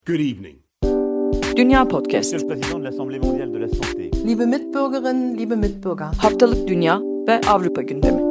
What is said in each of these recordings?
Good evening. Dünya Podcast. Monsieur le Président de l'Assemblée mondiale de la santé. Liebe Mitbürgerinnen, liebe Mitbürger. Haftalık Dünya ve Avrupa gündemi.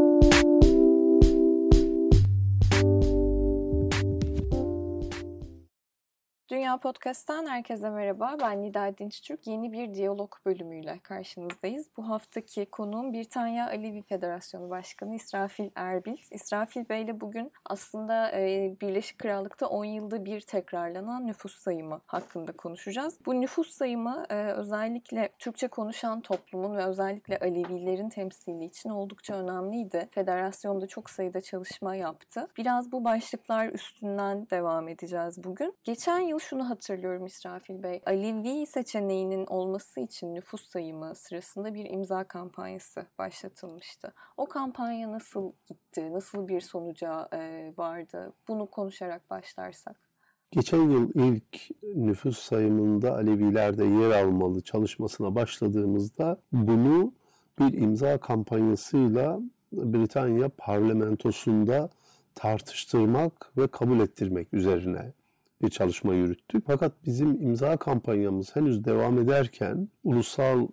Dünya Podcast'tan herkese merhaba. Ben Nida Dinçtürk. Yeni bir diyalog bölümüyle karşınızdayız. Bu haftaki konuğum Britanya Alevi Federasyonu Başkanı İsrafil Erbil. İsrafil Bey'le bugün aslında Birleşik Krallık'ta 10 yılda bir tekrarlanan nüfus sayımı hakkında konuşacağız. Bu nüfus sayımı özellikle Türkçe konuşan toplumun ve özellikle Alevilerin temsili için oldukça önemliydi. Federasyonda çok sayıda çalışma yaptı. Biraz bu başlıklar üstünden devam edeceğiz bugün. Geçen yıl şunu hatırlıyorum İsrafil Bey. Alevi seçeneğinin olması için nüfus sayımı sırasında bir imza kampanyası başlatılmıştı. O kampanya nasıl gitti? Nasıl bir sonuca vardı? Bunu konuşarak başlarsak. Geçen yıl ilk nüfus sayımında Aleviler de yer almalı çalışmasına başladığımızda bunu bir imza kampanyasıyla Britanya parlamentosunda tartıştırmak ve kabul ettirmek üzerine bir çalışma yürüttük. Fakat bizim imza kampanyamız henüz devam ederken Ulusal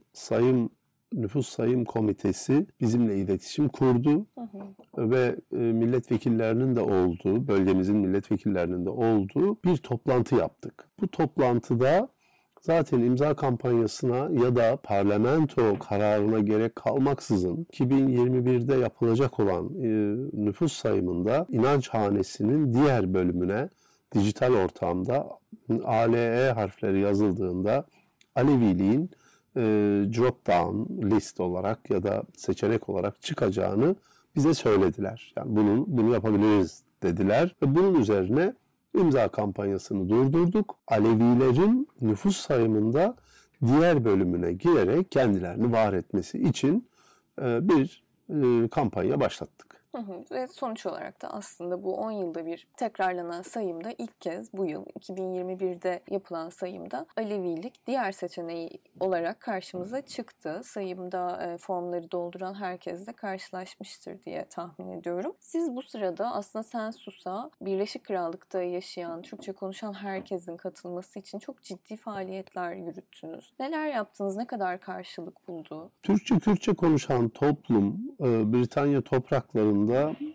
Nüfus Sayım Komitesi bizimle iletişim kurdu. Ve milletvekillerinin de olduğu, bölgemizin milletvekillerinin de olduğu bir toplantı yaptık. Bu toplantıda zaten imza kampanyasına ya da parlamento kararına gerek kalmaksızın 2021'de yapılacak olan nüfus sayımında inanç hanesinin diğer bölümüne dijital ortamda ALE harfleri yazıldığında Aleviliğin drop down list olarak ya da seçenek olarak çıkacağını bize söylediler. Yani bunu yapabiliriz dediler ve bunun üzerine imza kampanyasını durdurduk. Alevilerin nüfus sayımında diğer bölümüne girerek kendilerini var etmesi için bir kampanya başlattık. Ve sonuç olarak da aslında bu 10 yılda bir tekrarlanan sayımda ilk kez bu yıl 2021'de yapılan sayımda Alevilik diğer seçeneği olarak karşımıza çıktı. Sayımda formları dolduran herkes de karşılaşmıştır diye tahmin ediyorum. Siz bu sırada aslında Sensus'a Birleşik Krallık'ta yaşayan, Türkçe konuşan herkesin katılması için çok ciddi faaliyetler yürüttünüz. Neler yaptınız? Ne kadar karşılık buldu? Kürtçe konuşan toplum Britanya topraklarında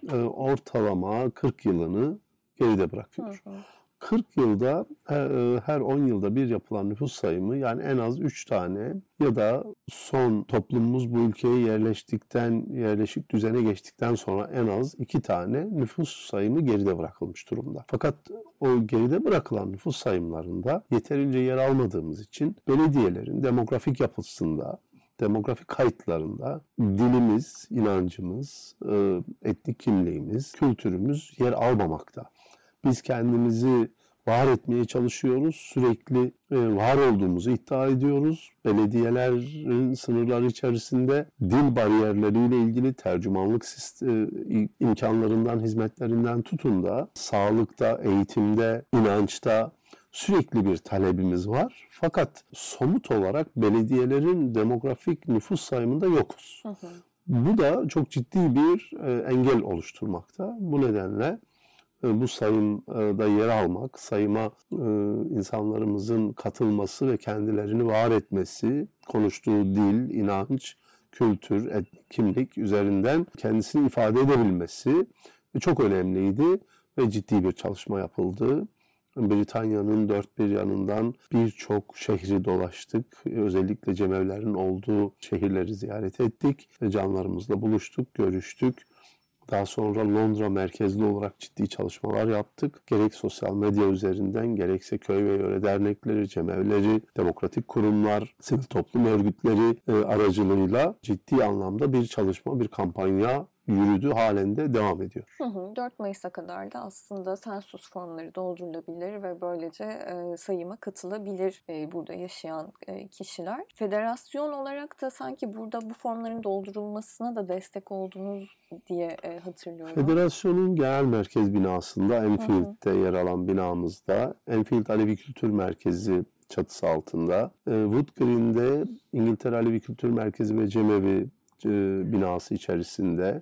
ortalama 40 yılını geride bırakıyor. 40 yılda her 10 yılda bir yapılan nüfus sayımı, yani en az 3 tane ya da son toplumumuz bu ülkeye yerleşik düzene geçtikten sonra en az 2 tane nüfus sayımı geride bırakılmış durumda. Fakat o geride bırakılan nüfus sayımlarında yeterince yer almadığımız için belediyelerin demografik yapısında, demografik kayıtlarında dilimiz, inancımız, etnik kimliğimiz, kültürümüz yer almamakta. Biz kendimizi var etmeye çalışıyoruz. Sürekli var olduğumuzu iddia ediyoruz. Belediyelerin sınırları içerisinde dil bariyerleriyle ilgili tercümanlık imkanlarından, hizmetlerinden tutun da sağlıkta, eğitimde, inançta sürekli bir talebimiz var. Fakat somut olarak belediyelerin demografik nüfus sayımında yokuz. Bu da çok ciddi bir engel oluşturmakta. Bu nedenle bu sayımda yer almak, sayıma insanlarımızın katılması ve kendilerini var etmesi, konuştuğu dil, inanç, kültür, etnik kimlik üzerinden kendisini ifade edebilmesi çok önemliydi ve ciddi bir çalışma yapıldı. Britanya'nın dört bir yanından birçok şehri dolaştık. Özellikle cemevlerin olduğu şehirleri ziyaret ettik. Canlarımızla buluştuk, görüştük. Daha sonra Londra merkezli olarak ciddi çalışmalar yaptık. Gerek sosyal medya üzerinden, gerekse köy ve yöre dernekleri, cemevleri, demokratik kurumlar, sivil toplum örgütleri aracılığıyla ciddi anlamda bir çalışma, bir kampanya yürüdü, halen de devam ediyor. 4 Mayıs'a kadar da aslında sensus formları doldurulabilir ve böylece sayıma katılabilir burada yaşayan kişiler. Federasyon olarak da sanki burada bu formların doldurulmasına da destek oldunuz diye hatırlıyorum. Federasyonun genel merkez binasında, Enfield'de yer alan binamızda, Enfield Alevi Kültür Merkezi çatısı altında, Wood Green'de İngiltere Alevi Kültür Merkezi ve Cemevi binası içerisinde,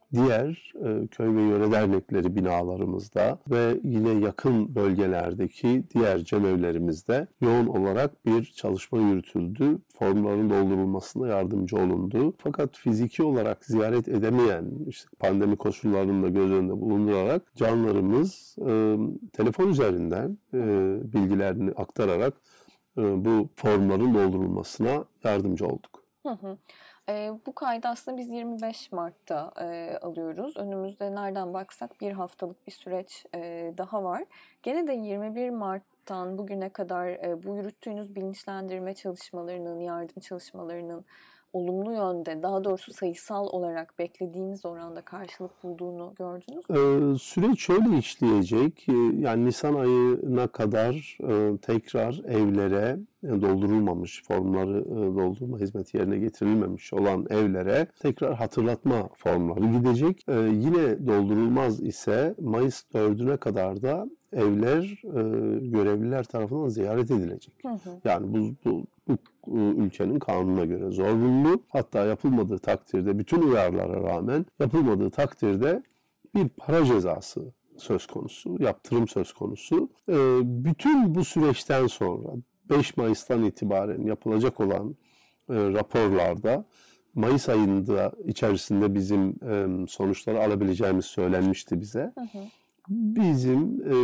diğer köy ve yöre dernekleri binalarımızda ve yine yakın bölgelerdeki diğer cemevlerimizde yoğun olarak bir çalışma yürütüldü. Formların doldurulmasına yardımcı olundu. Fakat fiziki olarak ziyaret edemeyen, işte pandemi koşullarını da göz önünde bulundurarak canlarımız telefon üzerinden bilgilerini aktararak bu formların doldurulmasına yardımcı olduk. Bu kaydı aslında biz 25 Mart'ta alıyoruz. Önümüzde nereden baksak bir haftalık bir süreç daha var. Gene de 21 Mart'tan bugüne kadar bu yürüttüğünüz bilinçlendirme çalışmalarının, yardım çalışmalarının olumlu yönde, daha doğrusu sayısal olarak beklediğiniz oranda karşılık bulduğunu gördünüz mü? Süreç şöyle işleyecek. Yani Nisan ayına kadar tekrar evlere doldurulmamış, formları doldurma hizmeti yerine getirilmemiş olan evlere tekrar hatırlatma formları gidecek. Yine doldurulmaz ise Mayıs 4'üne kadar da evler görevliler tarafından ziyaret edilecek. Yani bu ülkenin kanununa göre zorunlu. Hatta yapılmadığı takdirde, bütün uyarılara rağmen yapılmadığı takdirde bir para cezası söz konusu, yaptırım söz konusu. Bütün bu süreçten sonra 5 Mayıs'tan itibaren yapılacak olan raporlarda Mayıs ayında içerisinde bizim sonuçları alabileceğimiz söylenmişti bize. Bizim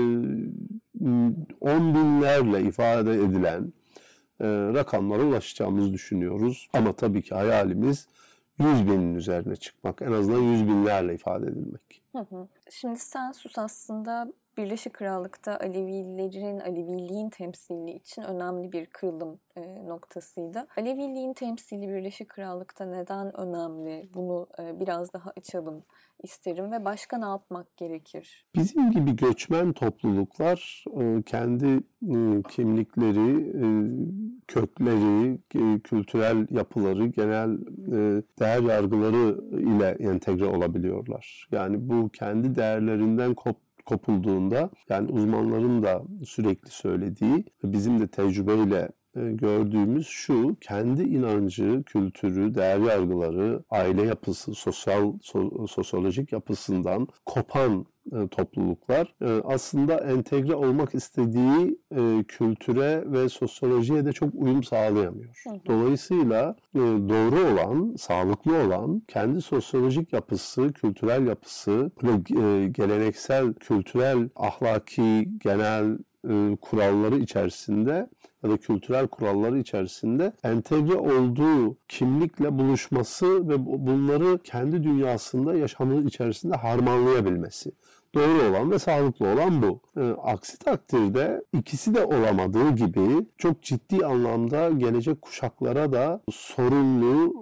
10 binlerle ifade edilen rakamlara ulaşacağımızı düşünüyoruz. Ama tabii ki hayalimiz 100 binin üzerine çıkmak. En azından 100 binlerle ifade edilmek. Şimdi Sensus aslında Birleşik Krallık'ta Aleviliğin temsili için önemli bir kırılım noktasıydı. Aleviliğin temsili Birleşik Krallık'ta neden önemli? Bunu biraz daha açalım isterim ve başka ne yapmak gerekir? Bizim gibi göçmen topluluklar kendi kimlikleri, kökleri, kültürel yapıları, genel değer yargıları ile entegre olabiliyorlar. Yani bu kendi değerlerinden kopulduğunda, yani uzmanların da sürekli söylediği, bizim de tecrübeyle gördüğümüz şu: kendi inancı, kültürü, değer yargıları, aile yapısı, sosyolojik yapısından kopan topluluklar aslında entegre olmak istediği kültüre ve sosyolojiye de çok uyum sağlayamıyor. Dolayısıyla doğru olan, sağlıklı olan kendi sosyolojik yapısı, kültürel yapısı ve geleneksel, kültürel, ahlaki, genel kuralları içerisinde ya da kültürel kuralları içerisinde entegre olduğu kimlikle buluşması ve bunları kendi dünyasında, yaşamı içerisinde harmanlayabilmesi. Doğru olan ve sağlıklı olan bu. Aksi takdirde ikisi de olamadığı gibi çok ciddi anlamda gelecek kuşaklara da sorunlu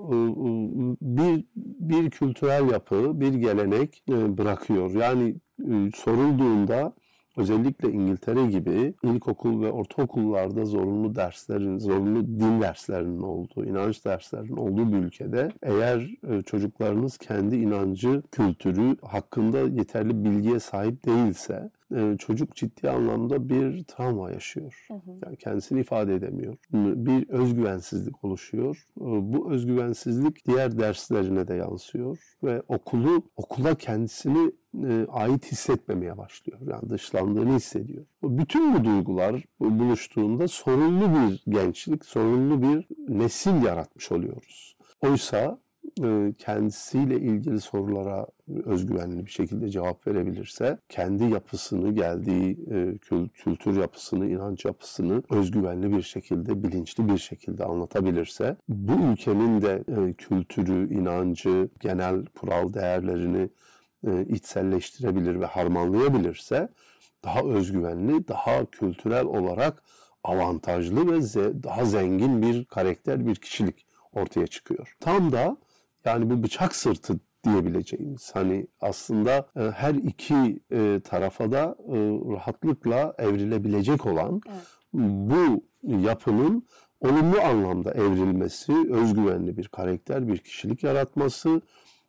bir kültürel yapı, bir gelenek bırakıyor. Yani sorulduğunda, özellikle İngiltere gibi ilkokul ve ortaokullarda zorunlu din derslerinin olduğu, inanç derslerinin olduğu bir ülkede eğer çocuklarınız kendi inancı, kültürü hakkında yeterli bilgiye sahip değilse çocuk ciddi anlamda bir travma yaşıyor. Yani kendisini ifade edemiyor. Bir özgüvensizlik oluşuyor. Bu özgüvensizlik diğer derslerine de yansıyor ve okula kendisini ait hissetmemeye başlıyor. Yani dışlandığını hissediyor. Bütün bu duygular buluştuğunda sorunlu bir gençlik, sorunlu bir nesil yaratmış oluyoruz. Oysa kendisiyle ilgili sorulara özgüvenli bir şekilde cevap verebilirse, kendi yapısını, geldiği kültür yapısını, inanç yapısını özgüvenli bir şekilde, bilinçli bir şekilde anlatabilirse, bu ülkenin de kültürü, inancı, genel kural değerlerini içselleştirebilir ve harmanlayabilirse, daha özgüvenli, daha kültürel olarak avantajlı ve daha zengin bir karakter, bir kişilik ortaya çıkıyor. Tam da yani bu bıçak sırtı diyebileceğimiz, hani aslında her iki tarafa da rahatlıkla evrilebilecek olan bu yapının olumlu anlamda evrilmesi, özgüvenli bir karakter, bir kişilik yaratması,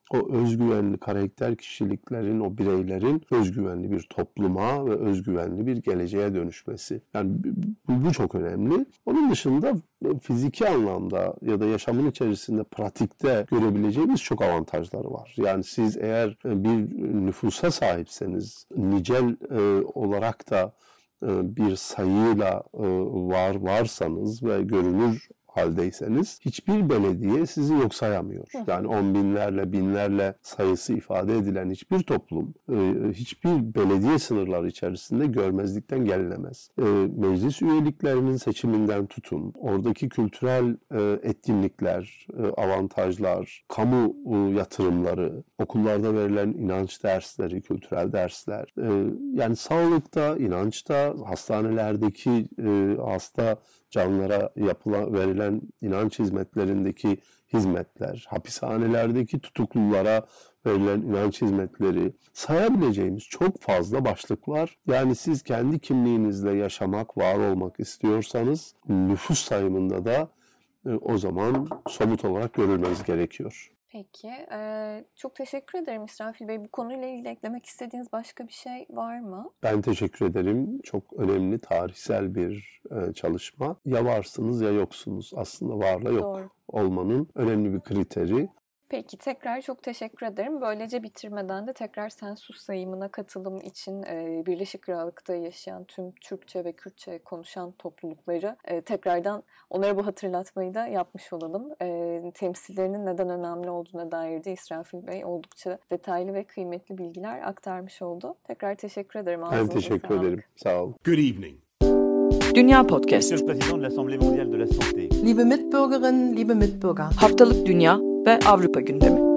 o özgüvenli karakter kişiliklerin, o bireylerin özgüvenli bir topluma ve özgüvenli bir geleceğe dönüşmesi. Yani bu çok önemli. Onun dışında fiziki anlamda ya da yaşamın içerisinde pratikte görebileceğimiz çok avantajları var. Yani siz eğer bir nüfusa sahipseniz, nicel olarak da bir sayıyla varsanız ve görünür haldeyseniz hiçbir belediye sizi yok sayamıyor. Yani on binlerle, binlerle sayısı ifade edilen hiçbir toplum, hiçbir belediye sınırları içerisinde görmezlikten gelinemez. Meclis üyeliklerinin seçiminden tutun, oradaki kültürel etkinlikler, avantajlar, kamu yatırımları, okullarda verilen inanç dersleri, kültürel dersler, yani sağlıkta, inançta, hastanelerdeki hasta canlılara verilen inanç hizmetlerindeki hizmetler, hapishanelerdeki tutuklulara verilen inanç hizmetleri, sayabileceğimiz çok fazla başlık var. Yani siz kendi kimliğinizle yaşamak, var olmak istiyorsanız nüfus sayımında da o zaman somut olarak görülmeniz gerekiyor. Peki. Çok teşekkür ederim İsrafil Bey. Bu konuyla ilgili eklemek istediğiniz başka bir şey var mı? Ben teşekkür ederim. Çok önemli, tarihsel bir çalışma. Ya varsınız ya yoksunuz. Aslında varla yok Doğru. olmanın önemli bir kriteri. Peki tekrar çok teşekkür ederim. Böylece bitirmeden de tekrar sensus sayımına katılım için Birleşik Krallık'ta yaşayan tüm Türkçe ve Kürtçe konuşan toplulukları tekrardan onlara bu hatırlatmayı da yapmış olalım. Temsillerinin neden önemli olduğuna dair de İsrafil Bey oldukça detaylı ve kıymetli bilgiler aktarmış oldu. Tekrar teşekkür ederim. Ben teşekkür ederim. Sağ olun. Good evening. Dünya Podcast. Monsieur le Président de l'Assemblée mondiale de la santé. Liebe Mitbürgerinnen, liebe Mitbürger. Haftalık Dünya ve Avrupa gündemi.